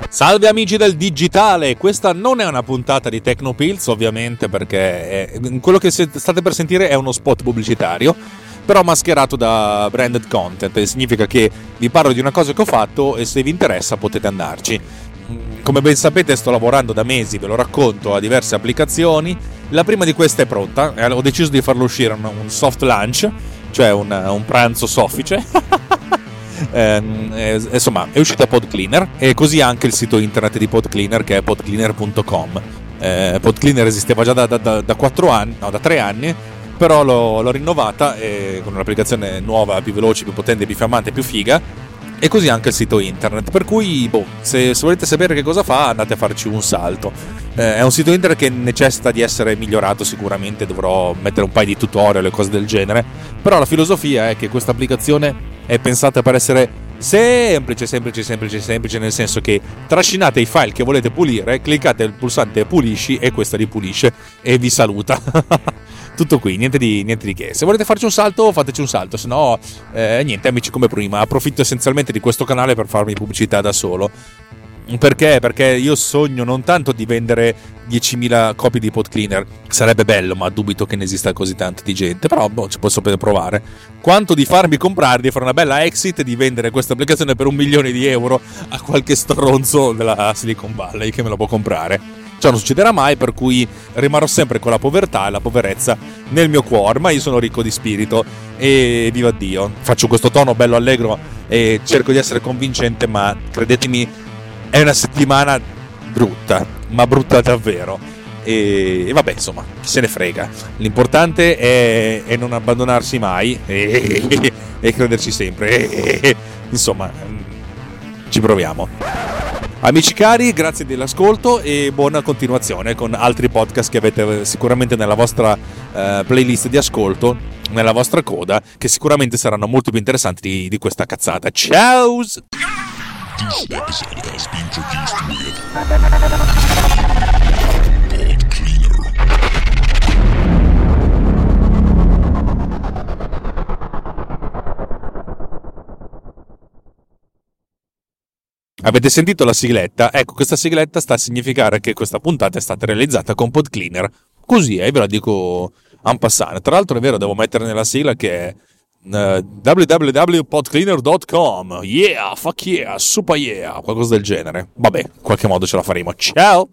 Salve amici del digitale, questa non è una puntata di Tecnopills ovviamente, perché quello che state per sentire è uno spot pubblicitario, però mascherato da branded content, e significa che vi parlo di una cosa che ho fatto e se vi interessa potete andarci. Come ben sapete sto lavorando da mesi, ve lo racconto, a diverse applicazioni. La prima di queste è pronta, ho deciso di farlo uscire un soft launch, cioè un pranzo soffice. Insomma, è uscita PodCleaner e così anche il sito internet di PodCleaner, che è podcleaner.com. PodCleaner esisteva già da 4 anni, no, da 3 anni, però l'ho rinnovata con un'applicazione nuova, più veloce, più potente, più fiammante, più figa, e così anche il sito internet. Per cui, se volete sapere che cosa fa, andate a farci un salto. È un sito internet che necessita di essere migliorato, sicuramente dovrò mettere un paio di tutorial e cose del genere, però la filosofia è che questa applicazione è pensata per essere semplice, nel senso che trascinate i file che volete pulire, cliccate il pulsante pulisci e questa li pulisce e vi saluta. Tutto qui, niente di che. Se volete farci un salto, fateci un salto, se no niente, amici, come prima. Approfitto essenzialmente di questo canale per farmi pubblicità da solo. Perché? Perché io sogno non tanto di vendere 10.000 copie di PodCleaner, sarebbe bello, ma dubito che ne esista così tanta di gente, però ci posso provare. Quanto di farmi comprare, di fare una bella exit e di vendere questa applicazione per 1 milione di euro a qualche stronzo della Silicon Valley che me la può comprare. Ciò non succederà mai, per cui rimarrò sempre con la povertà e la poverezza nel mio cuore, ma io sono ricco di spirito e viva Dio. Faccio questo tono bello allegro e cerco di essere convincente, ma credetemi, è una settimana brutta, ma brutta davvero. E vabbè, insomma, chi se ne frega. L'importante è non abbandonarsi mai e crederci sempre. Insomma, ci proviamo. Amici cari, grazie dell'ascolto e buona continuazione con altri podcast che avete sicuramente nella vostra playlist di ascolto, nella vostra coda, che sicuramente saranno molto più interessanti di questa cazzata. Ciao! This episode has been produced with PodCleaner. Avete sentito la sigletta? Ecco, questa sigletta sta a significare che questa puntata è stata realizzata con PodCleaner. Così, ve la dico en passant. Tra l'altro è vero, devo mettere nella sigla che è www.podcleaner.com. Yeah, fuck yeah, super yeah, qualcosa del genere. Vabbè, in qualche modo ce la faremo. Ciao!